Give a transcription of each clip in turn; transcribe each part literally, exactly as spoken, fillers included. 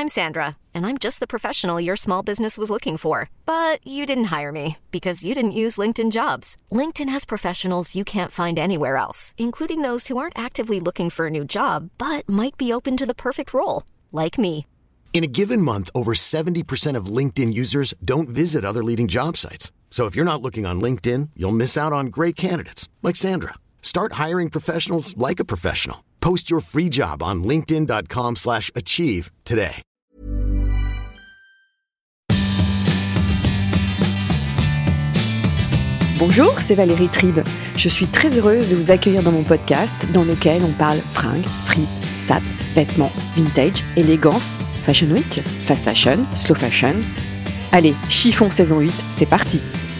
I'm Sandra, and I'm just the professional your small business was looking for. But you didn't hire me because you didn't use LinkedIn Jobs. LinkedIn has professionals you can't find anywhere else, including those who aren't actively looking for a new job, but might be open to the perfect role, like me. In a given month, over seventy percent of LinkedIn users don't visit other leading job sites. So if you're not looking on LinkedIn, you'll miss out on great candidates like Sandra. Start hiring professionals like a professional. Post your free job on linkedin.com slash achieve today. Bonjour, c'est Valérie Tribe. Je suis très heureuse de vous accueillir dans mon podcast dans lequel on parle fringues, fripe, sap, vêtements, vintage, élégance, fashion week, fast fashion, slow fashion. Allez, Chiffon saison huit, c'est parti.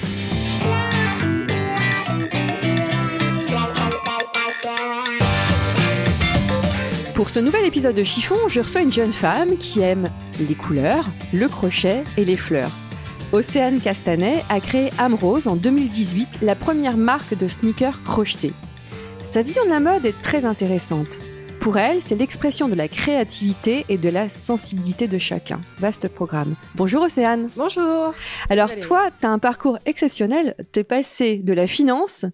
Pour ce nouvel épisode de Chiffon, je reçois une jeune femme qui aime les couleurs, le crochet et les fleurs. Océane Castanet a créé Amrose en deux mille dix-huit, la première marque de sneakers crochetés. Sa vision de la mode est très intéressante. Pour elle, c'est l'expression de la créativité et de la sensibilité de chacun. Vaste programme. Bonjour Océane. Bonjour. Alors toi, tu as un parcours exceptionnel. Tu es passée de la finance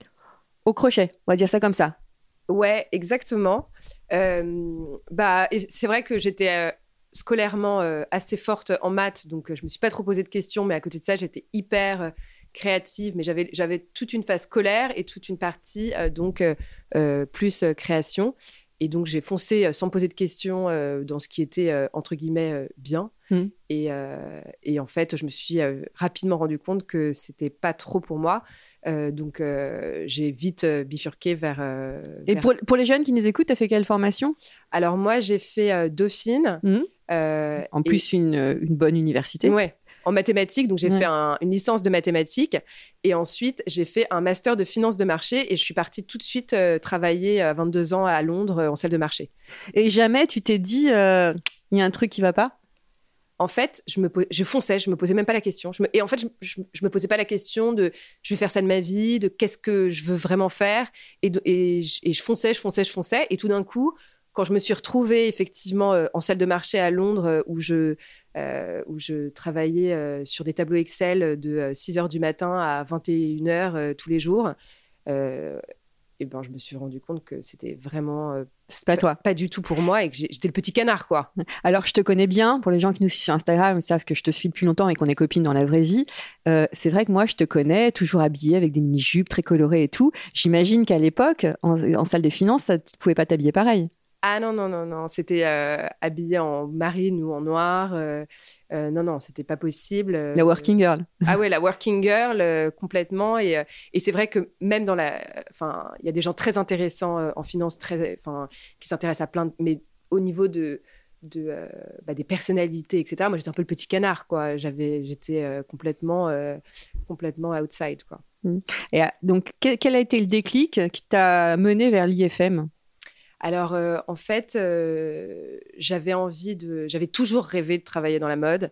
au crochet, on va dire ça comme ça. Ouais, exactement. Euh, bah, c'est vrai que j'étais euh, scolairement euh, assez forte en maths, donc euh, je me suis pas trop posé de questions, mais à côté de ça, j'étais hyper euh, créative, mais j'avais, j'avais toute une phase scolaire et toute une partie euh, donc euh, euh, plus euh, création. Et donc, j'ai foncé euh, sans poser de questions euh, dans ce qui était, euh, entre guillemets, euh, bien. Mmh. Et, euh, et en fait, je me suis euh, rapidement rendu compte que c'était pas trop pour moi. Euh, donc, euh, j'ai vite euh, bifurqué vers... Euh, et vers... Pour, pour les jeunes qui nous écoutent, tu as fait quelle formation ? Alors, moi, j'ai fait euh, Dauphine. Mmh. Euh, en plus, et... une, une bonne université. Ouais. En mathématiques, donc j'ai ouais. fait un, une licence de mathématiques et ensuite j'ai fait un master de finance de marché et je suis partie tout de suite euh, travailler à vingt-deux ans à Londres euh, en salle de marché. Et jamais tu t'es dit, il euh, y a un truc qui va pas ? En fait, je, me, je fonçais, je me posais même pas la question. Je me, et en fait, je, je, je me posais pas la question de je vais faire ça de ma vie, de qu'est-ce que je veux vraiment faire. Et, de, et, je, et je fonçais, je fonçais, je fonçais. Et tout d'un coup, quand je me suis retrouvée effectivement euh, en salle de marché à Londres euh, où, je, euh, où je travaillais euh, sur des tableaux Excel de euh, six heures du matin à vingt et une heures euh, tous les jours, euh, et ben, je me suis rendu compte que c'était vraiment euh, c'est pas p- toi. Pas du tout pour moi et que j'étais le petit canard, quoi. Alors, je te connais bien. Pour les gens qui nous suivent sur Instagram, ils savent que je te suis depuis longtemps et qu'on est copines dans la vraie vie. Euh, c'est vrai que moi, je te connais toujours habillée avec des mini-jupes très colorées et tout. J'imagine qu'à l'époque, en, en salle de finance, ça, tu ne pouvais pas t'habiller pareil. Ah non, non, non, non. C'était euh, habillé en marine ou en noir. Euh, euh, non, non, c'était pas possible. La working girl. Ah ouais, la working girl, euh, complètement. Et, euh, et c'est vrai que même dans la... Enfin, il y a des gens très intéressants euh, en finance, très, qui s'intéressent à plein de... Mais au niveau de... de euh, bah, des personnalités, et cetera, moi, j'étais un peu le petit canard, quoi. J'avais, j'étais euh, complètement, euh, complètement outside, quoi. Et donc, quel, quel a été le déclic qui t'a mené vers l'I F M ? Alors, euh, en fait, euh, j'avais envie de... J'avais toujours rêvé de travailler dans la mode.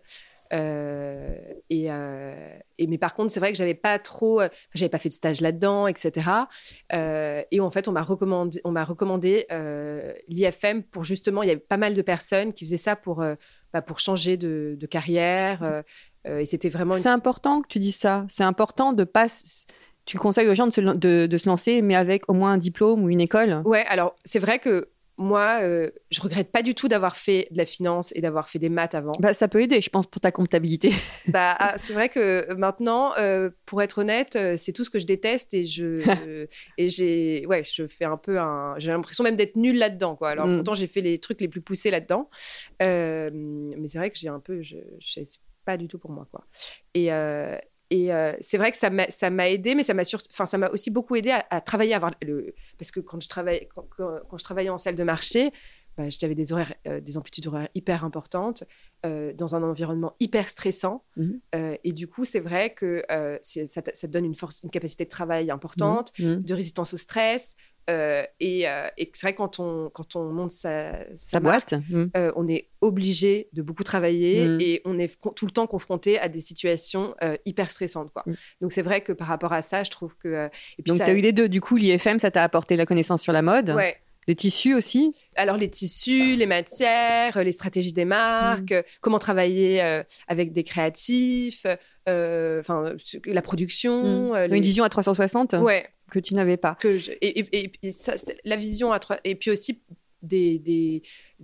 Euh, et, euh, et, mais par contre, c'est vrai que j'avais pas trop... Enfin, j'avais pas fait de stage là-dedans, et cetera. Euh, et en fait, on m'a recommandé, on m'a recommandé euh, l'I F M pour justement... Il y avait pas mal de personnes qui faisaient ça pour, euh, bah, pour changer de, de carrière. Euh, et c'était vraiment... C'est une... important que tu dises ça. C'est important de pas... Tu conseilles aux gens de se, de, de se lancer, mais avec au moins un diplôme ou une école ? Ouais, alors c'est vrai que moi, euh, je regrette pas du tout d'avoir fait de la finance et d'avoir fait des maths avant. Bah, ça peut aider, je pense, pour ta comptabilité. Bah, ah, c'est vrai que maintenant, euh, pour être honnête, euh, c'est tout ce que je déteste et je euh, et j'ai, ouais, je fais un peu un, j'ai l'impression même d'être nulle là-dedans, quoi. Alors mm. pourtant, j'ai fait les trucs les plus poussés là-dedans, euh, mais c'est vrai que j'ai un peu, je, je c'est pas du tout pour moi, quoi. Et euh, Et euh, c'est vrai que ça m'a, ça m'a aidé, mais ça m'a, surtout, ça m'a aussi beaucoup aidé à, à travailler, à avoir le, parce que quand je, travaille, quand, quand, quand je travaillais en salle de marché, bah, j'avais des, horaires, euh, des amplitudes horaires hyper importantes, euh, dans un environnement hyper stressant. Mmh. Euh, et du coup, c'est vrai que euh, c'est, ça, ça te donne une, force, une capacité de travail importante, mmh. de résistance au stress. Euh, et, euh, et c'est vrai que quand on, quand on monte sa, sa, sa marque, boîte, mmh. euh, on est obligé de beaucoup travailler mmh. et on est co- tout le temps confronté à des situations euh, hyper stressantes, quoi. Mmh. Donc c'est vrai que par rapport à ça, je trouve que... Euh, et puis donc tu as eu les deux, du coup l'I F M, ça t'a apporté la connaissance sur la mode. Ouais. Les tissus aussi? Alors, les tissus, les matières, les stratégies des marques, mmh. comment travailler euh, avec des créatifs, euh, la production. Mmh. Euh, les... Une vision à trois cent soixante ouais. que tu n'avais pas. Que je... Et, et, et, et ça, la vision à trois... Et puis aussi des, des,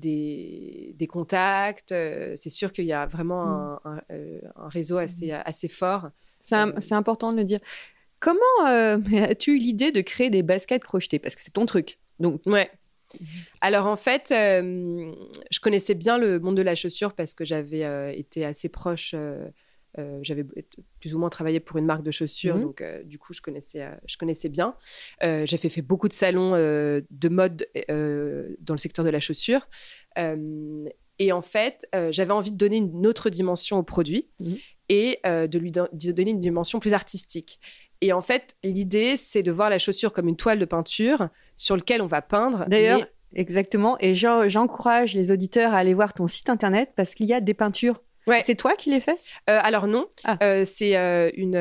des, des contacts. Euh, c'est sûr qu'il y a vraiment mmh. un, un, un réseau assez, assez fort. C'est, un, euh... c'est important de le dire. Comment euh, as-tu eu l'idée de créer des baskets crochetées? Parce que c'est ton truc. Donc... Ouais. Alors en fait, euh, je connaissais bien le monde de la chaussure parce que j'avais euh, été assez proche, euh, euh, j'avais plus ou moins travaillé pour une marque de chaussures, mmh. donc euh, du coup je connaissais, euh, je connaissais bien. Euh, j'ai fait, fait beaucoup de salons euh, de mode euh, dans le secteur de la chaussure. Euh, et en fait, euh, j'avais envie de donner une autre dimension au produit mmh. et euh, de lui do- de donner une dimension plus artistique. Et en fait, l'idée, c'est de voir la chaussure comme une toile de peinture sur laquelle on va peindre. D'ailleurs, mais... exactement. Et genre, j'encourage les auditeurs à aller voir ton site internet parce qu'il y a des peintures. Ouais. C'est toi qui les fais? euh, Alors non, ah. euh, c'est euh, une,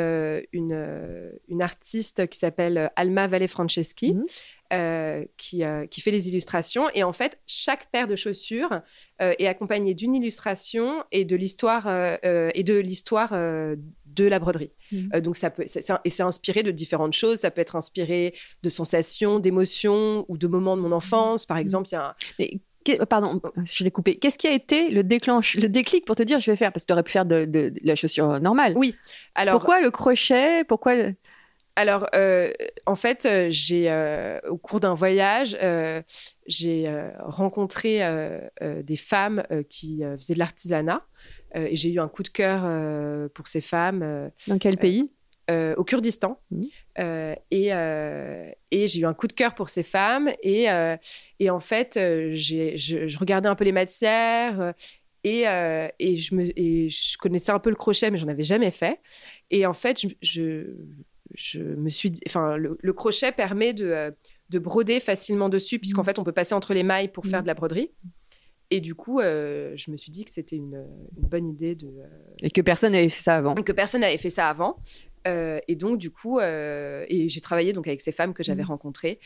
une, une artiste qui s'appelle Alma Valle-Franceschi mmh. euh, qui, euh, qui fait les illustrations. Et en fait, chaque paire de chaussures euh, est accompagnée d'une illustration et de l'histoire, euh, et de, l'histoire euh, de la broderie. Mmh. Euh, donc ça peut, c'est, c'est, et c'est inspiré de différentes choses. Ça peut être inspiré de sensations, d'émotions ou de moments de mon enfance. Par exemple, il y a un... Mais... Pardon, je l'ai coupé. Qu'est-ce qui a été le, déclenche, le déclic pour te dire je vais faire? Parce que tu aurais pu faire de, de, de la chaussure normale. Oui. Alors, pourquoi le crochet? Pourquoi le... Alors, euh, en fait, euh, j'ai, euh, au cours d'un voyage, euh, j'ai euh, rencontré euh, euh, des femmes euh, qui euh, faisaient de l'artisanat euh, et j'ai eu un coup de cœur euh, pour ces femmes. Euh, Dans quel pays? Euh, au Kurdistan. Mmh. Euh, et, euh, et j'ai eu un coup de cœur pour ces femmes. Et, euh, et en fait, euh, j'ai, je, je regardais un peu les matières euh, et, euh, et, je me, et je connaissais un peu le crochet, mais j'en avais jamais fait. Et en fait, je, je, je me suis dit... Enfin, le, le crochet permet de, de broder facilement dessus, puisqu'en mmh. fait, on peut passer entre les mailles pour mmh. faire de la broderie. Et du coup, euh, je me suis dit que c'était une, une bonne idée de... Euh... Et que personne n'avait fait ça avant. Que personne n'avait fait ça avant. Euh, et donc, du coup, euh, et j'ai travaillé donc, avec ces femmes que j'avais mmh. rencontrées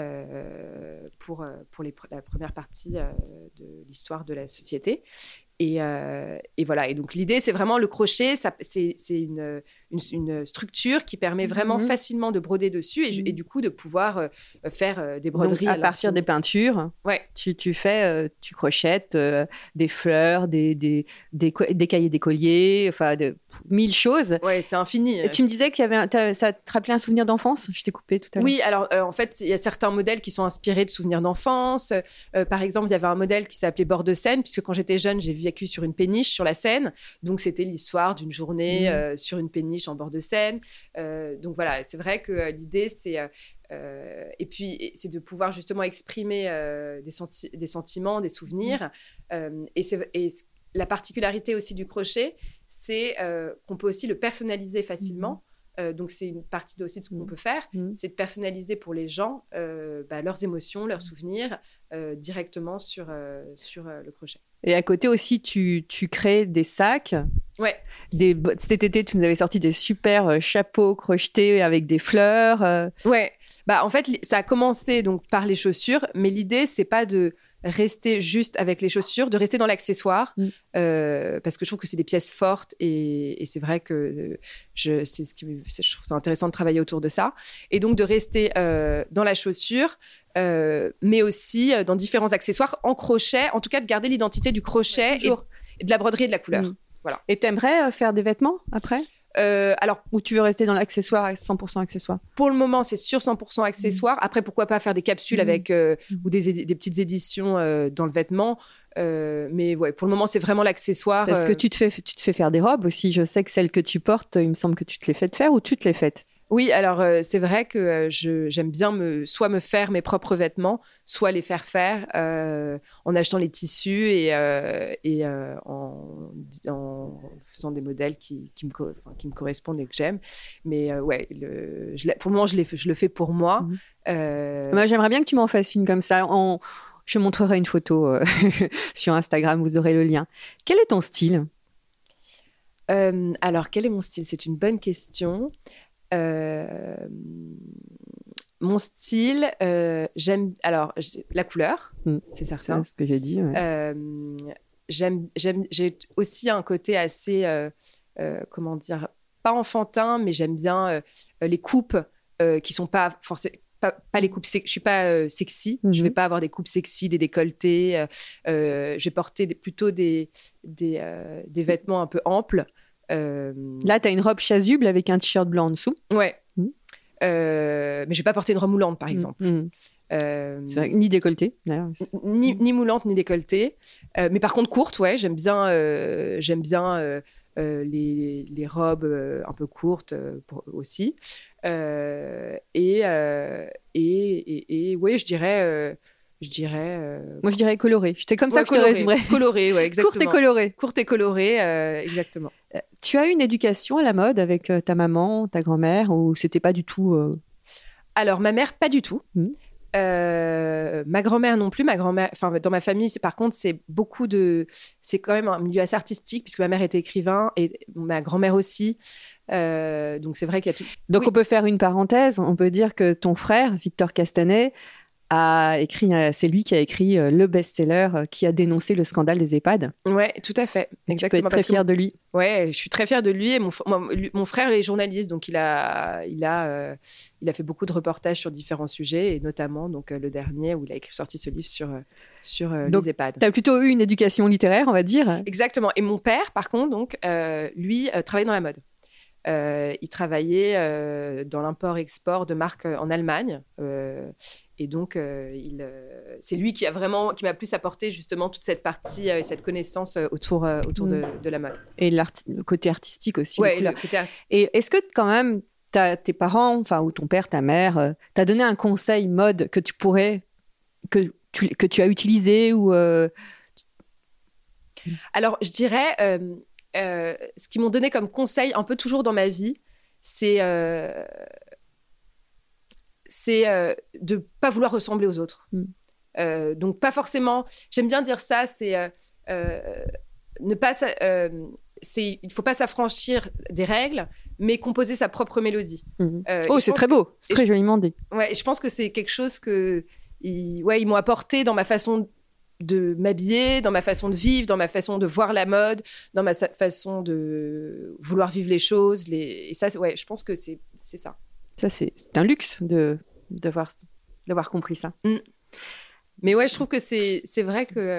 euh, pour, pour les, la première partie euh, de l'histoire de la société. Et, euh, et voilà. Et donc, l'idée, c'est vraiment le crochet. Ça, c'est, c'est une, une, une structure qui permet vraiment mmh. facilement de broder dessus et, mmh. et du coup, de pouvoir euh, faire euh, des broderies. Donc, à, à partir des peintures, ouais. tu, tu fais, euh, tu crochettes euh, des fleurs, des, des, des, des cahiers d'écoliers, enfin, de, mille choses. Ouais, c'est infini. Et tu me disais qu'il y avait un, ça te rappelait un souvenir d'enfance? Je t'ai coupé tout à l'heure. Oui, alors euh, en fait, il y a certains modèles qui sont inspirés de souvenirs d'enfance. Euh, par exemple, il y avait un modèle qui s'appelait Bord de Seine, puisque quand j'étais jeune, j'ai vécu sur une péniche sur la Seine. Donc, c'était l'histoire d'une journée mmh. euh, sur une péniche en bord de Seine. Euh, donc, voilà, c'est vrai que euh, l'idée, c'est... Euh, et puis, c'est de pouvoir justement exprimer euh, des, senti- des sentiments, des souvenirs. Mmh. Euh, et, c'est, et la particularité aussi du crochet, c'est euh, qu'on peut aussi le personnaliser facilement. Mmh. Euh, donc, c'est une partie aussi de ce qu'on mmh. peut faire. Mmh. C'est de personnaliser pour les gens euh, bah, leurs émotions, leurs souvenirs euh, directement sur, euh, sur euh, le crochet. Et à côté aussi, tu, tu crées des sacs. Ouais. Des, cet été, tu nous avais sorti des super euh, chapeaux crochetés avec des fleurs. Euh. Ouais. Bah, en fait, ça a commencé donc, par les chaussures, mais l'idée, c'est pas de rester juste avec les chaussures, de rester dans l'accessoire, mmh. euh, parce que je trouve que c'est des pièces fortes et, et c'est vrai que je, c'est ce qui, c'est, je trouve ça intéressant de travailler autour de ça. Et donc de rester euh, dans la chaussure, euh, mais aussi dans différents accessoires en crochet, en tout cas de garder l'identité du crochet ouais, et, et de la broderie et de la couleur. Mmh. Voilà. Et t'aimerais faire des vêtements après ? Euh, alors, ou tu veux rester dans l'accessoire, cent pour cent accessoire? Pour le moment, c'est sur cent pour cent accessoire. Mmh. Après, pourquoi pas faire des capsules mmh. avec euh, mmh. ou des, des petites éditions euh, dans le vêtement. Euh, mais ouais, pour le moment, c'est vraiment l'accessoire. Parce euh... que tu te fais, tu te fais faire des robes aussi. Je sais que celles que tu portes, il me semble que tu te les fais faire ou tu te les fais? Oui, alors euh, c'est vrai que euh, je, j'aime bien me, soit me faire mes propres vêtements, soit les faire faire euh, en achetant les tissus et, euh, et euh, en, en faisant des modèles qui, qui, me, enfin, qui me correspondent et que j'aime. Mais euh, ouais, le, je, pour le moment, je, je le fais pour moi. Mmh. Euh... Moi, j'aimerais bien que tu m'en fasses une comme ça. En, je montrerai une photo euh, sur Instagram, vous aurez le lien. Quel est ton style ? euh, Alors, quel est mon style ? C'est une bonne question. Euh, Mon style, euh, j'aime alors la couleur, mmh. c'est certain. C'est ce que j'ai dit. Ouais. Euh, j'aime, j'aime, j'ai aussi un côté assez, euh, euh, comment dire, pas enfantin, mais j'aime bien euh, les coupes euh, qui sont pas forcément. Pas, pas les coupes, je suis pas euh, sexy. Mm-hmm. Je vais pas avoir des coupes sexy, des décolletés. Euh, euh, je vais porter des, plutôt des des, euh, des vêtements un peu amples. Euh... Là, tu as une robe chasuble avec un t-shirt blanc en dessous. Ouais. Mm-hmm. Euh, mais je vais pas porter une robe moulante, par exemple. Mm-hmm. Euh... C'est vrai, ni décolletée, d'ailleurs. Ni, ni moulante, ni décolletée. Euh, mais par contre, courte, ouais. J'aime bien. Euh, j'aime bien. Euh, Euh, les, les robes euh, un peu courtes euh, pour, aussi. Euh, et, euh, et, et, et oui, je dirais... Euh, je dirais euh... Moi, je dirais colorée. J'étais comme ouais, ça que coloré. Je te résumerais. Colorée, ouais, exactement. Courte et colorée. Courte et colorée, euh, exactement. Euh, tu as eu une éducation à la mode avec euh, ta maman, ta grand-mère, ou c'était pas du tout... Euh... Alors, ma mère, pas du tout. Mmh. Euh, ma grand-mère non plus. Ma grand-mère, enfin, dans ma famille, c'est, par contre, c'est beaucoup de... C'est quand même un milieu assez artistique, puisque ma mère était écrivain et ma grand-mère aussi. Euh, donc, c'est vrai qu'il y a tout... Donc, oui. On peut faire une parenthèse. On peut dire que ton frère, Victor Castanet, a écrit... C'est lui qui a écrit le best-seller qui a dénoncé le scandale des EHPAD. Ouais, tout à fait. Exactement. Tu peux être très fière de lui. Ouais, je suis très fière de lui. Et mon, mon, mon frère est journaliste, donc il a, il, a, euh, il a fait beaucoup de reportages sur différents sujets, et notamment donc, euh, le dernier où il a écrit, sorti ce livre sur, euh, sur euh, donc, les EHPAD. Tu as plutôt eu une éducation littéraire, on va dire. Exactement. Et mon père, par contre, donc, euh, lui, euh, travaillait dans la mode. Euh, il travaillait euh, dans l'import-export de marques en Allemagne. Euh, et donc, euh, il, euh, c'est lui qui, a vraiment, qui m'a plus apporté justement toute cette partie, euh, cette connaissance autour, euh, autour mmh. de, de la mode. Et le côté artistique aussi. Ouais, le côté artistique. Et est-ce que quand même, tes parents, enfin, ou ton père, ta mère, euh, t'a donné un conseil mode que tu pourrais, que tu, que tu as utilisé ou euh... Alors, je dirais... Euh, Euh, ce qu'ils m'ont donné comme conseil un peu toujours dans ma vie, c'est, euh, c'est euh, de ne pas vouloir ressembler aux autres. Mm. Euh, donc, pas forcément... J'aime bien dire ça, c'est... Euh, euh, ne pas... Euh, c'est, il ne faut pas s'affranchir des règles, mais composer sa propre mélodie. Mm. Euh, oh, c'est très beau. C'est très joliment dit. Ouais, et je pense que c'est quelque chose que... Ils, ouais, ils m'ont apporté dans ma façon de m'habiller, dans ma façon de vivre, dans ma façon de voir la mode, dans ma façon de vouloir vivre les choses. Les... Et ça, ouais, je pense que c'est, c'est ça. Ça, c'est, c'est un luxe de, d'avoir, d'avoir compris ça. Mm. Mais ouais, je trouve que c'est, c'est vrai que...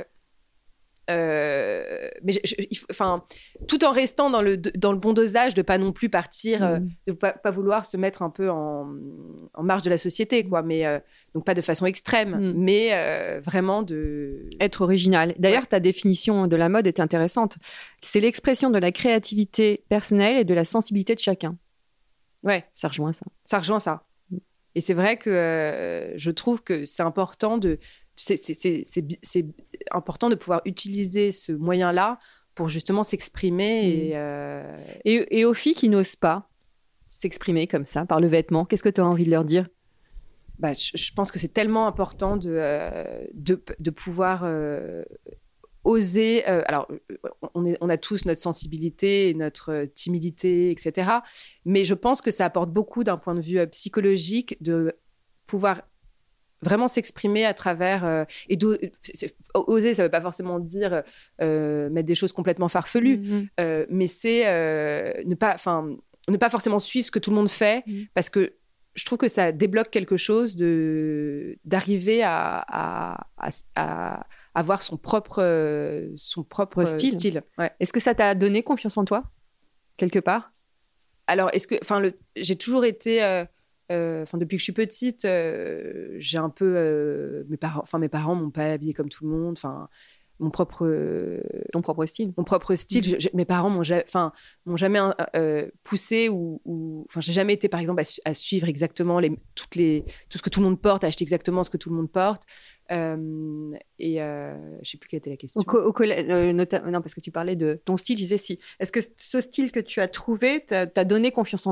Euh, mais je, je, il faut, enfin, tout en restant dans le, dans le bon dosage, de pas non plus partir, mmh. euh, de pas, pas vouloir se mettre un peu en, en marge de la société, quoi. Mais euh, donc pas de façon extrême, mmh. mais euh, vraiment de être original. D'ailleurs, ouais. ta définition de la mode est intéressante. C'est l'expression de la créativité personnelle et de la sensibilité de chacun. Ouais, ça rejoint ça. Ça rejoint ça. Mmh. Et c'est vrai que euh, je trouve que c'est important de C'est, c'est, c'est, c'est, c'est important de pouvoir utiliser ce moyen-là pour justement s'exprimer. Mmh. Et, euh... et, et aux filles qui n'osent pas s'exprimer comme ça, par le vêtement, qu'est-ce que tu as envie de leur dire ? Bah, je, je pense que c'est tellement important de, euh, de, de pouvoir euh, oser... Euh, alors, on, est, on a tous notre sensibilité, notre timidité, et cetera. Mais je pense que ça apporte beaucoup d'un point de vue euh, psychologique de pouvoir... vraiment s'exprimer à travers euh, et oser, ça veut pas forcément dire euh, mettre des choses complètement farfelues, mmh. euh, mais c'est euh, ne pas, enfin, ne pas forcément suivre ce que tout le monde fait, mmh. parce que je trouve que ça débloque quelque chose de d'arriver à, à, à, à avoir son propre son propre style. style. Ouais. Est-ce que ça t'a donné confiance en toi quelque part ? Alors, est-ce que, enfin, le, j'ai toujours été euh, Enfin, euh, depuis que je suis petite, euh, j'ai un peu euh, mes parents. Enfin, mes parents m'ont pas habillée comme tout le monde. Enfin, mon propre, euh, ton propre style. Mon propre style. Mmh. Je, je, mes parents m'ont, enfin, m'ont jamais euh, poussé ou, ou, enfin, j'ai jamais été, par exemple, à, su- à suivre exactement les, toutes les, tout ce que tout le monde porte, à acheter exactement ce que tout le monde porte. Euh, et euh, je sais plus quelle était la question. Au, co- au collège, euh, nota- non, parce que tu parlais de ton style. Je disais si. Est-ce que ce style que tu as trouvé t'a, t'a donné confiance en toi ?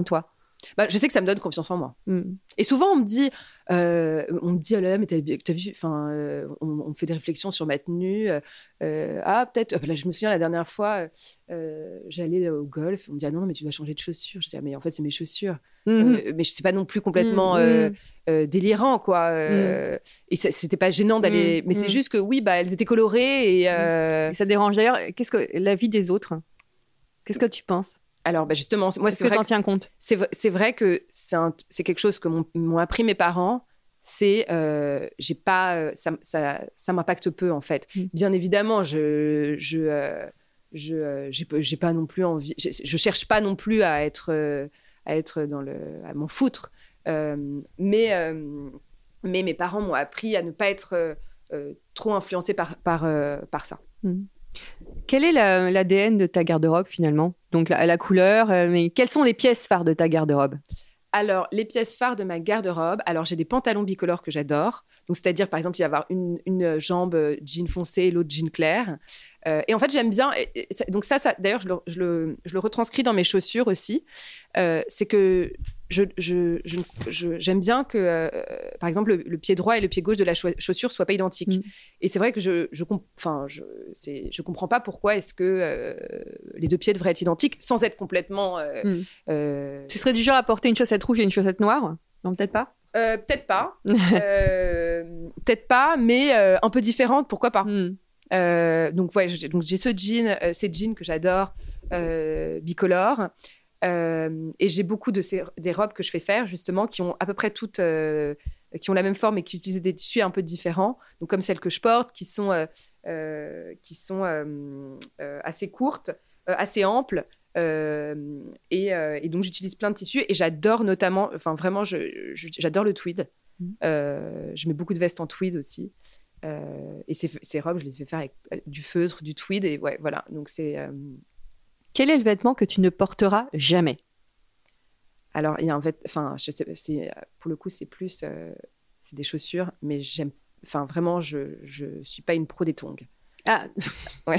Bah, je sais que ça me donne confiance en moi. Mm. Et souvent, on me dit, euh, on me dit, oh là là, mais t'as, t'as vu, enfin, euh, on, on me fait des réflexions sur ma tenue. Euh, ah, peut-être. Là, je me souviens la dernière fois, euh, j'allais au golf. On me dit, ah non, mais tu dois changer de chaussures. Je dis, ah, mais en fait, c'est mes chaussures. Mm-hmm. Euh, mais c'est pas non plus complètement mm-hmm. euh, euh, délirant, quoi. Euh, mm. Et ça, c'était pas gênant d'aller. Mm. Mais mm. c'est juste que oui, bah, elles étaient colorées et, euh... et ça dérange. D'ailleurs, qu'est-ce que la vie des autres? Qu'est-ce que tu penses? Alors, bah justement, moi, Est-ce c'est que vrai t'en tiens compte? C'est, c'est vrai que c'est, un, c'est quelque chose que m'ont, m'ont appris mes parents. C'est, euh, j'ai pas, ça, ça, ça m'impacte peu en fait. Mm. Bien évidemment, je, je, euh, je, euh, j'ai, j'ai pas non plus envie. Je, je cherche pas non plus à être, euh, à être dans le, à m'en foutre. Euh, mais, euh, mais mes parents m'ont appris à ne pas être euh, euh, trop influencés par, par, euh, par ça. Mm. Quel est la, l'A D N de ta garde-robe finalement? Donc la, la couleur, euh, mais quelles sont les pièces phares de ta garde-robe? Alors, les pièces phares de ma garde-robe, alors j'ai des pantalons bicolores que j'adore. Donc, c'est-à-dire, par exemple, il va y avoir une, une jambe jean foncé et l'autre jean clair. Euh, et en fait, j'aime bien... Et, et ça, donc ça, ça, d'ailleurs, je le, je, le, je le retranscris dans mes chaussures aussi. Euh, c'est que je, je, je, je, j'aime bien que, euh, par exemple, le, le pied droit et le pied gauche de la chaussure ne soient pas identiques. Mmh. Et c'est vrai que je je, comp- je, c'est, je comprends pas pourquoi est-ce que euh, les deux pieds devraient être identiques sans être complètement... Euh, mmh. euh... Tu serais du genre à porter une chaussette rouge et une chaussette noire? Non, peut-être pas. Euh, peut-être pas. euh, peut-être pas, mais euh, un peu différente, pourquoi pas. Mm. Euh, donc, ouais, j'ai, donc, j'ai ce jean, euh, ces jeans que j'adore, euh, bicolores. Euh, et j'ai beaucoup de ces, des robes que je fais faire, justement, qui ont à peu près toutes... Euh, qui ont la même forme et qui utilisent des tissus un peu différents. Donc, comme celles que je porte, qui sont, euh, euh, qui sont euh, euh, assez courtes, euh, assez amples. Euh, et, euh, et donc j'utilise plein de tissus et j'adore notamment, enfin vraiment je, je, j'adore le tweed. Mmh. Euh, je mets beaucoup de vestes en tweed aussi euh, et ces, ces robes je les fais faire avec du feutre, du tweed et ouais voilà donc c'est. Euh... Quel est le vêtement que tu ne porteras jamais? Alors il y a un vêtement, enfin je sais, c'est pour le coup c'est plus euh, c'est des chaussures mais j'aime, enfin vraiment je je suis pas une pro des tongs. Ah ouais.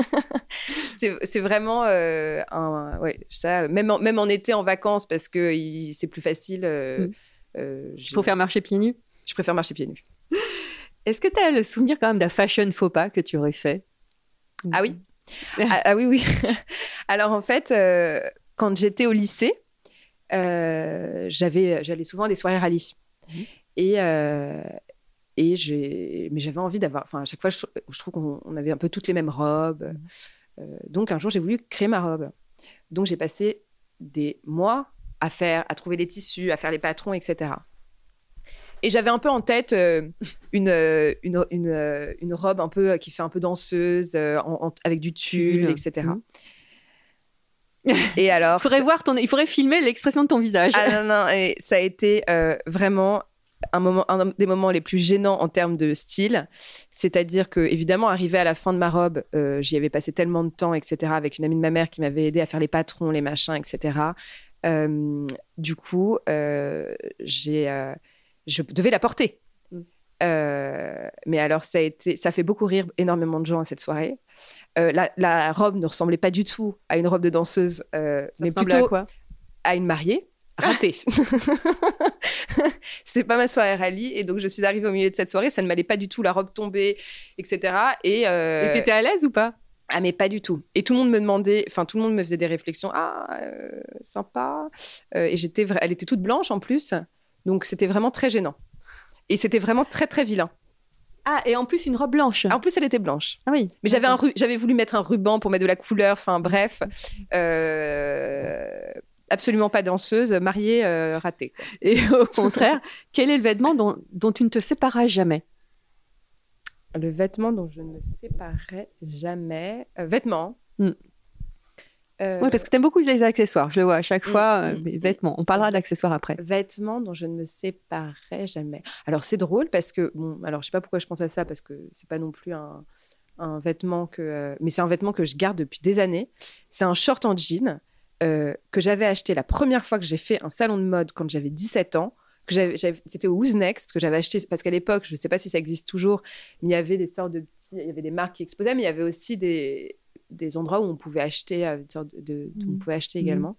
c'est, c'est vraiment euh, un ouais ça même en, même en été en vacances parce que il, c'est plus facile. Euh, mmh. euh, Pour faire marcher pieds nus. Je préfère marcher pieds nus. Est-ce que tu as le souvenir quand même d'un fashion faux pas que tu aurais fait? Ah oui. ah, ah oui oui. Alors en fait euh, quand j'étais au lycée euh, j'avais j'allais souvent à des soirées rallye mmh. et euh, Et j'ai... Mais j'avais envie d'avoir... Enfin, à chaque fois, je, je trouve qu'on avait un peu toutes les mêmes robes. Mmh. Euh, donc, un jour, j'ai voulu créer ma robe. Donc, j'ai passé des mois à faire, à trouver les tissus, à faire les patrons, et cetera. Et j'avais un peu en tête euh, une, une, une, une robe un peu, qui fait un peu danseuse, euh, en, en, avec du tulle, mmh. et cetera. Mmh. Et alors... il, faudrait voir ton... il faudrait filmer l'expression de ton visage. Ah non, non. Et ça a été euh, vraiment... Un, moment, un des moments les plus gênants en termes de style, c'est-à-dire que évidemment arrivé à la fin de ma robe, euh, j'y avais passé tellement de temps, et cetera, avec une amie de ma mère qui m'avait aidé à faire les patrons, les machins, et cetera. Euh, du coup, euh, j'ai, euh, je devais la porter. Mm. Euh, mais alors ça a été, ça fait beaucoup rire énormément de gens à cette soirée. Euh, la, la robe ne ressemblait pas du tout à une robe de danseuse, euh, mais plutôt à, quoi à une mariée. Ratée. C'était pas ma soirée rallye et donc je suis arrivée au milieu de cette soirée, ça ne m'allait pas du tout, la robe tombée, et cetera. Et euh... t'étais à l'aise ou pas? Ah mais pas du tout. Et tout le monde me demandait, enfin tout le monde me faisait des réflexions. Ah euh, sympa. Euh, et j'étais, vra... elle était toute blanche en plus, donc c'était vraiment très gênant. Et c'était vraiment très très vilain. Ah, et en plus une robe blanche. Ah, en plus elle était blanche. Ah oui. Mais j'avais un ru... j'avais voulu mettre un ruban pour mettre de la couleur. Enfin bref. Euh... Absolument pas danseuse, mariée, euh, ratée. Quoi. Et au contraire, quel est le vêtement dont, dont tu ne te sépareras jamais? Le vêtement dont je ne me séparerai jamais. Euh, vêtements. Mm. Euh... Oui, parce que tu aimes beaucoup les accessoires. Je le vois à chaque mm, fois. Mm, euh, vêtements. On parlera d'accessoires après. Vêtements dont je ne me séparerai jamais. Alors, c'est drôle parce que... Bon, alors, je ne sais pas pourquoi je pense à ça parce que ce n'est pas non plus un, un vêtement que... Euh, mais c'est un vêtement que je garde depuis des années. C'est un short en jean. Euh, que j'avais acheté la première fois que j'ai fait un salon de mode quand j'avais dix-sept ans, que j'avais, j'avais, c'était au Who's Next que j'avais acheté, parce qu'à l'époque, je ne sais pas si ça existe toujours, mais il y avait des sortes de petits, il y avait des marques qui exposaient, mais il y avait aussi des, des endroits où on pouvait acheter, une sorte de, de, mmh. où on pouvait acheter également.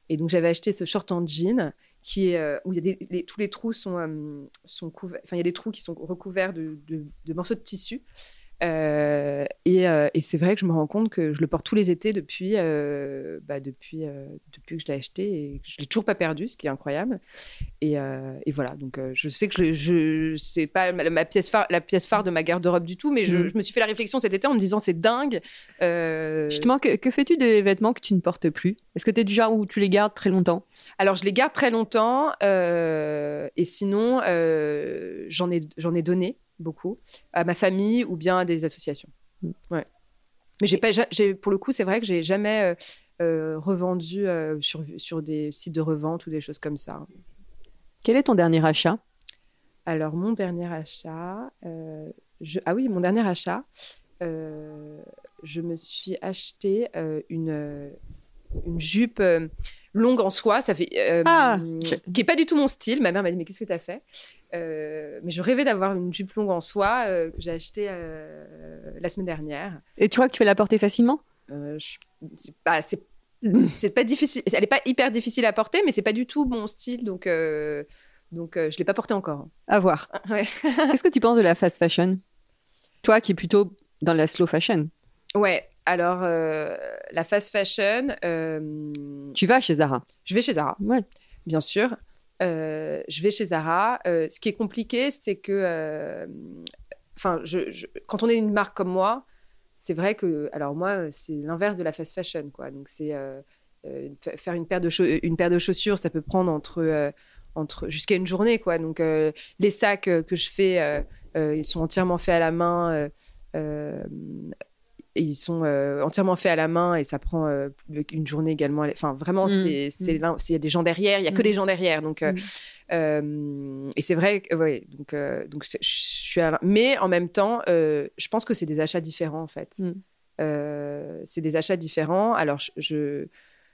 Et donc, j'avais acheté ce short en jean qui est, euh, où il y a des, les, tous les trous sont, euh, sont couverts, enfin, il y a des trous qui sont recouverts de, de, de morceaux de tissu. Euh, et, euh, et c'est vrai que je me rends compte que je le porte tous les étés depuis, euh, bah, depuis, euh, depuis que je l'ai acheté et que je ne l'ai toujours pas perdu, ce qui est incroyable. Et, euh, et voilà, donc euh, je sais que je, je c'est pas ma, ma pièce phare, la pièce phare de ma garde-robe du tout, mais je, mmh. je me suis fait la réflexion cet été en me disant c'est dingue. Euh... Justement, que, que fais-tu des vêtements que tu ne portes plus ? Est-ce que tu es du genre où tu les gardes très longtemps ? Alors je les garde très longtemps euh, et sinon euh, j'en ai, j'en ai donné beaucoup à ma famille ou bien à des associations. Ouais. Mais j'ai pas, j'ai, pour le coup, c'est vrai que j'ai jamais euh, euh, revendu euh, sur, sur des sites de revente ou des choses comme ça. Quel est ton dernier achat ? Alors, mon dernier achat... Euh, je, ah oui, mon dernier achat, euh, je me suis acheté euh, une, une jupe euh, longue en soie, ça fait, euh, ah. qui n'est pas du tout mon style. Ma mère m'a dit, mais qu'est-ce que tu as fait ? Euh, mais je rêvais d'avoir une jupe longue en soie euh, que j'ai achetée euh, la semaine dernière. Et tu vois que tu peux la porter facilement ? euh, je, c'est pas, c'est, c'est pas difficile. Elle n'est pas hyper difficile à porter, mais c'est pas du tout mon style, donc, euh, donc euh, je l'ai pas portée encore. À voir. Ouais. Qu'est-ce que tu penses de la fast fashion ? Toi qui es plutôt dans la slow fashion. Ouais. Alors euh, la fast fashion. Euh, tu vas chez Zara ? Je vais chez Zara. Ouais. Bien sûr. Euh, je vais chez Zara. Euh, ce qui est compliqué, c'est que, enfin, euh, je, je, quand on est une marque comme moi, c'est vrai que, alors moi, c'est l'inverse de la fast fashion, quoi. Donc c'est euh, euh, faire une paire de cha- une paire de chaussures, ça peut prendre entre euh, entre jusqu'à une journée, quoi. Donc euh, les sacs euh, que je fais, euh, euh, ils sont entièrement faits à la main. Euh, euh, Et ils sont euh, entièrement faits à la main et ça prend euh, une journée également. Enfin, vraiment, mmh. c'est, c'est, mmh. il y a des gens derrière, il n'y a mmh. que des gens derrière. Donc, euh, mmh. euh, et c'est vrai que, ouais, donc, euh, donc je suis à la... Mais en même temps, euh, je pense que c'est des achats différents, en fait. Mmh. Euh, c'est des achats différents. Alors, je... je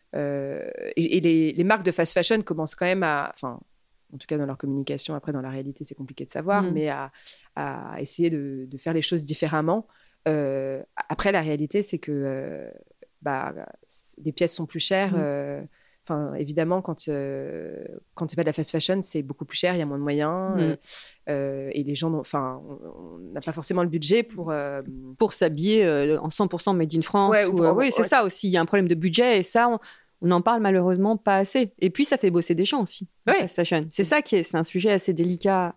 euh, et et les, les marques de fast fashion commencent quand même à... Enfin, en tout cas dans leur communication, après, dans la réalité, c'est compliqué de savoir, mmh. mais à, à essayer de, de faire les choses différemment. Euh, après, la réalité, c'est que euh, bah, les pièces sont plus chères. Enfin, mmh. euh, évidemment, quand, euh, quand c'est pas de la fast fashion, c'est beaucoup plus cher, il y a moins de moyens. Mmh. Euh, euh, et les gens, enfin, on n'a pas forcément le budget pour... Euh... Pour s'habiller euh, en cent pour cent made in France. Ouais, ou, ou, euh, oui, c'est ouais, ça c'est... aussi. Il y a un problème de budget et ça, on, on en parle malheureusement pas assez. Et puis, ça fait bosser des gens aussi, la ouais. fast fashion. C'est ça qui est, c'est un sujet assez délicat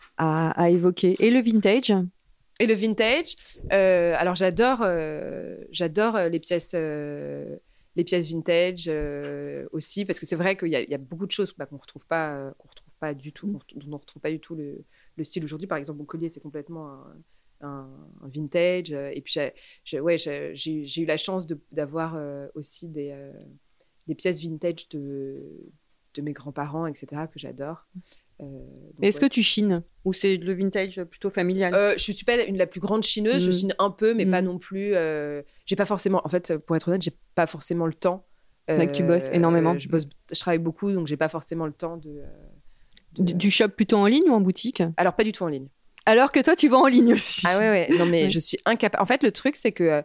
à, à évoquer. Et le vintage ? Et le vintage, euh, alors j'adore, euh, j'adore les pièces, euh, les pièces vintage euh, aussi, parce que c'est vrai qu'il y a, il y a beaucoup de choses bah, qu'on retrouve pas, euh, qu'on retrouve pas du tout, dont on ne retrouve pas du tout le, le style aujourd'hui. Par exemple, mon collier, c'est complètement un, un, un vintage. Et puis, j'ai, j'ai, ouais, j'ai, j'ai, j'ai eu la chance de, d'avoir euh, aussi des, euh, des pièces vintage de, de mes grands-parents, et cetera, que j'adore. Euh, donc, Mais est-ce ouais. que tu chines ou c'est le vintage plutôt familial ? euh, Je ne suis pas une, la plus grande chineuse, mmh. je chine un peu, mais mmh. pas non plus. Euh, j'ai pas forcément, en fait, pour être honnête, j'ai pas forcément le temps. Euh, Donc tu bosses énormément. Je, bosse, je travaille beaucoup, donc j'ai pas forcément le temps de. de... Du, du shop plutôt en ligne ou en boutique ? Alors pas du tout en ligne. Alors que toi, tu vas en ligne aussi. Ah ouais, ouais. Non, mais ouais. je suis incapable. En fait, le truc, c'est que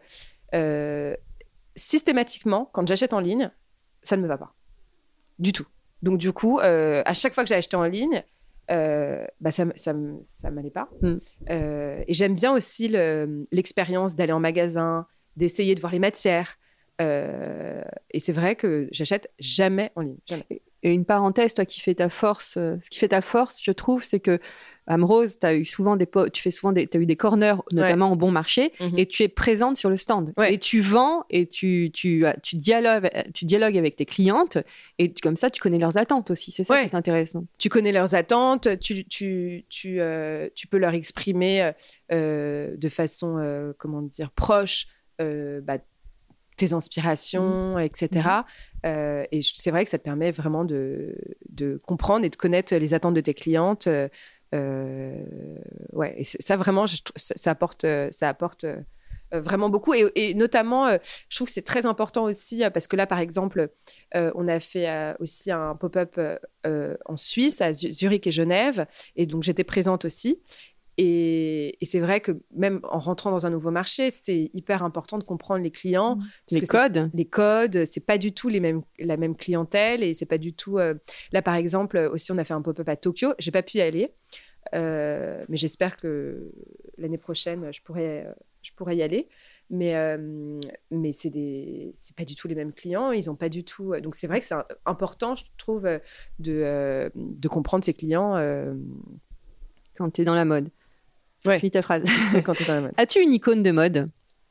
euh, systématiquement, quand j'achète en ligne, ça ne me va pas. Du tout. Donc, du coup, euh, à chaque fois que j'ai acheté en ligne, euh, bah, ça ne ça, m'allait pas. Mm. Euh, et j'aime bien aussi le, l'expérience d'aller en magasin, d'essayer de voir les matières. Euh, et c'est vrai que j'achète jamais en ligne. Jamais. Et une parenthèse, toi qui fais ta force, euh, ce qui fait ta force, je trouve, c'est que Amrose, tu as eu souvent des po- tu fais souvent des, t'as eu des corners, notamment ouais. au bon marché, mm-hmm. et tu es présente sur le stand. Ouais. Et tu vends et tu, tu, tu, dialogues, tu dialogues avec tes clientes, et tu, comme ça, tu connais leurs attentes aussi. C'est ça ouais. qui est intéressant. Tu connais leurs attentes, tu, tu, tu, euh, tu peux leur exprimer euh, de façon, euh, comment dire, proche, euh, bah, tes inspirations, mmh. et cetera. Mmh. Euh, et c'est vrai que ça te permet vraiment de, de comprendre et de connaître les attentes de tes clientes. Euh, euh, ouais, et ça vraiment, je, ça, ça apporte, ça apporte euh, vraiment beaucoup. Et, et notamment, euh, je trouve que c'est très important aussi parce que là, par exemple, euh, on a fait euh, aussi un pop-up euh, en Suisse, à Zurich et Genève, et donc j'étais présente aussi. Et, et c'est vrai que même en rentrant dans un nouveau marché, c'est hyper important de comprendre les clients. Les codes. Les codes, c'est pas du tout les mêmes, la même clientèle et c'est pas du tout. Euh... Là, par exemple, aussi, on a fait un pop-up à Tokyo. J'ai pas pu y aller, euh, mais j'espère que l'année prochaine, je pourrais, je pourrais y aller. Mais, euh, mais c'est, des, c'est pas du tout les mêmes clients. Ils ont pas du tout. Donc, c'est vrai que c'est important, je trouve, de, euh, de comprendre ses clients. Euh... Quand tu es dans la mode. Ouais. Finis ta phrase. Quand tu es dans la mode. As-tu une icône de mode ?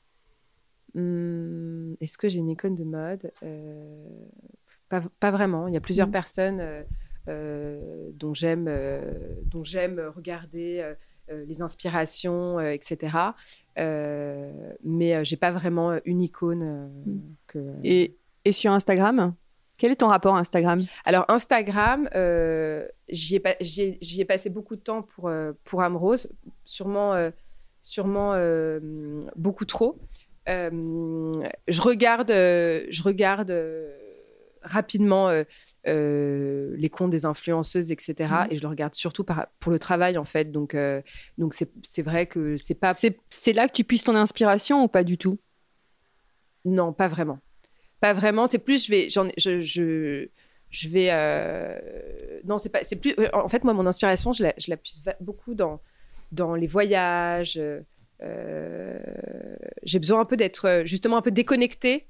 Hum, est-ce que j'ai une icône de mode ? euh, pas, pas vraiment. Il y a plusieurs mmh. personnes euh, euh, dont, j'aime, euh, dont j'aime regarder euh, les inspirations, euh, et cetera. Euh, mais euh, j'ai pas vraiment une icône. Euh, mmh. que... et, et sur Instagram ? Quel est ton rapport à Instagram ? Alors, Instagram, euh, j'y, ai pas, j'y, ai, j'y ai passé beaucoup de temps pour, euh, pour Amrose, sûrement, euh, sûrement euh, beaucoup trop. Euh, je regarde, euh, je regarde euh, rapidement euh, euh, les comptes des influenceuses, et cetera. Mmh. Et je le regarde surtout par, pour le travail, en fait. Donc, euh, donc c'est, c'est vrai que c'est pas... C'est, c'est là que tu puisses ton inspiration ou pas du tout ? Non, pas vraiment. Pas vraiment, c'est plus je vais j'en je je je vais euh... non c'est pas c'est plus en fait moi mon inspiration je la je la puise beaucoup dans dans les voyages. Euh... J'ai besoin un peu d'être justement un peu déconnectée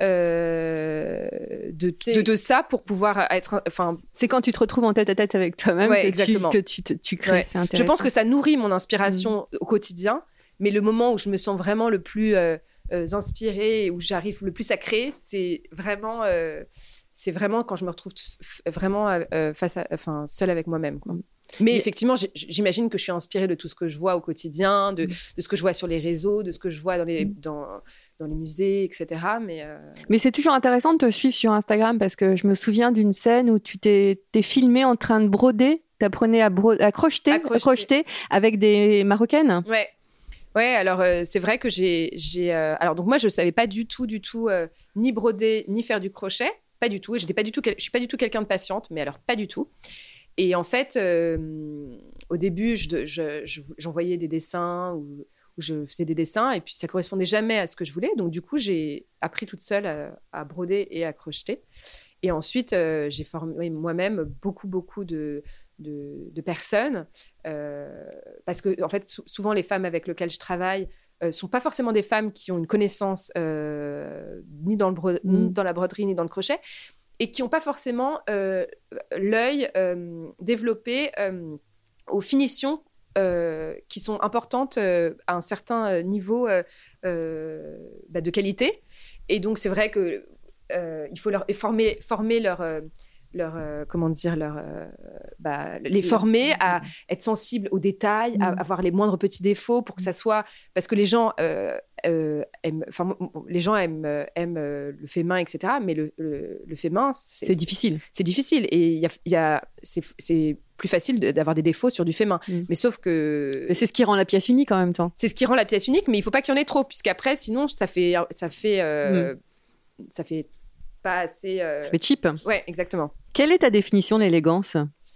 euh... de, de de ça pour pouvoir être enfin c'est quand tu te retrouves en tête à tête avec toi-même ouais, que, exactement. Tu, que tu te, tu crées. Ouais. C'est intéressant. Je pense que ça nourrit mon inspiration mmh. au quotidien, mais le moment où je me sens vraiment le plus euh... Euh, inspirée et où j'arrive le plus à créer, c'est vraiment, euh, c'est vraiment quand je me retrouve t- f- vraiment euh, face à, enfin, seule avec moi-même, quoi. Mais et effectivement, j'imagine que je suis inspirée de tout ce que je vois au quotidien, de, de ce que je vois sur les réseaux, de ce que je vois dans les, dans, dans les musées, et cetera. Mais, euh... Mais c'est toujours intéressant de te suivre sur Instagram parce que je me souviens d'une scène où tu t'es, t'es filmée en train de broder, t'apprenais à, bro- à, crocheter, à, crocheter. à crocheter avec des Marocaines. Ouais. Ouais, alors euh, c'est vrai que j'ai, j'ai euh, alors donc moi je savais pas du tout, du tout euh, ni broder ni faire du crochet, pas du tout. Et j'étais pas du tout, je suis pas du tout quelqu'un de patiente, mais alors pas du tout. Et en fait, euh, au début, je, je, je, j'envoyais des dessins ou, ou je faisais des dessins et puis ça correspondait jamais à ce que je voulais. Donc du coup, j'ai appris toute seule à, à broder et à crocheter. Et ensuite, euh, j'ai formé moi-même beaucoup, beaucoup de De, de personnes, euh, parce que en fait, sou- souvent les femmes avec lesquelles je travaille ne euh, sont pas forcément des femmes qui ont une connaissance euh, ni, dans le bro- mmh. ni dans la broderie ni dans le crochet, et qui n'ont pas forcément euh, l'œil euh, développé euh, aux finitions euh, qui sont importantes euh, à un certain niveau euh, euh, bah, de qualité. Et donc, c'est vrai qu'il euh, faut leur former, former leur... Euh, leur euh, comment dire leur euh, bah, les former à être sensibles aux détails, à avoir les moindres petits défauts pour que ça soit parce que les gens euh, euh, aiment enfin les gens aiment aiment le fait main, etc., mais le, le, le fait main c'est, c'est difficile c'est difficile et il y a, y a c'est, c'est plus facile de, d'avoir des défauts sur du fait main, mm. mais sauf que mais c'est ce qui rend la pièce unique en même temps. C'est ce qui rend la pièce unique, mais il faut pas qu'il y en ait trop puisqu'après sinon ça fait ça fait euh, mm. ça fait pas assez euh... ça fait cheap. Ouais, exactement. Quelle est ta définition de l'élégance ?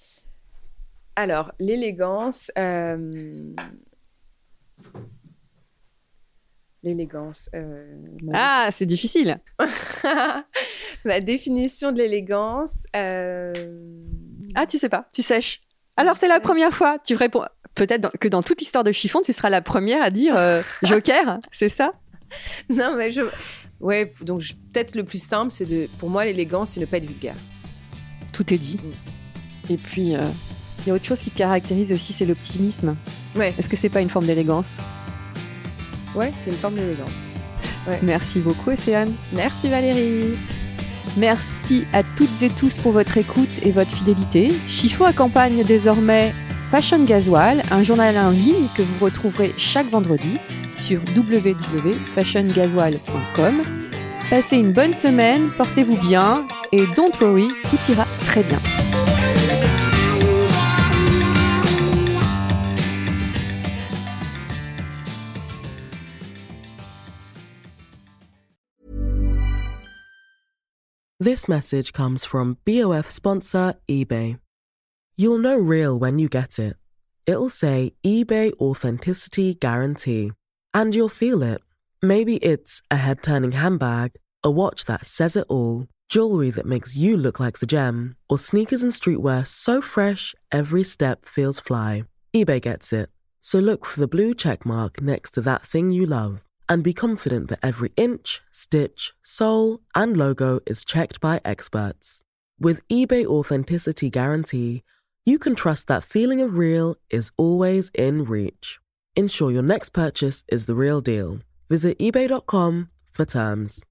Alors, l'élégance... Euh... L'élégance... Euh... Ah, c'est difficile. Ma définition de l'élégance... Euh... Ah, tu sais pas, tu sèches. Alors, c'est la première fois. Tu réponds... Peut-être dans... que dans toute l'histoire de Chiffon, tu seras la première à dire euh, Joker, c'est ça ? Non, mais je... Ouais, donc je... peut-être le plus simple, c'est de... Pour moi, l'élégance, c'est ne pas être vulgaire. Tout est dit. Mm. Et puis, il euh, y a autre chose qui te caractérise aussi, c'est l'optimisme. Ouais. Est-ce que c'est pas une forme d'élégance ? Ouais, c'est une forme d'élégance. Ouais. Merci beaucoup, Océane. Merci, Valérie. Merci à toutes et tous pour votre écoute et votre fidélité. Chiffon accompagne désormais Fashion Gasoil, un journal en ligne que vous retrouverez chaque vendredi sur w w w point fashion gasoil point com. Passez une bonne semaine, portez-vous bien et don't worry, tout ira très bien. This message comes from B O F sponsor eBay. You'll know real when you get it. it'll say eBay Authenticity Guarantee. And you'll feel it. Maybe it's a head-turning handbag, a watch that says it all, jewelry that makes you look like the gem, or sneakers and streetwear so fresh every step feels fly. eBay gets it. So look for the blue check mark next to that thing you love and be confident that every inch, stitch, sole, and logo is checked by experts. With eBay Authenticity Guarantee, you can trust that feeling of real is always in reach. Ensure your next purchase is the real deal. Visit ebay dot com for terms.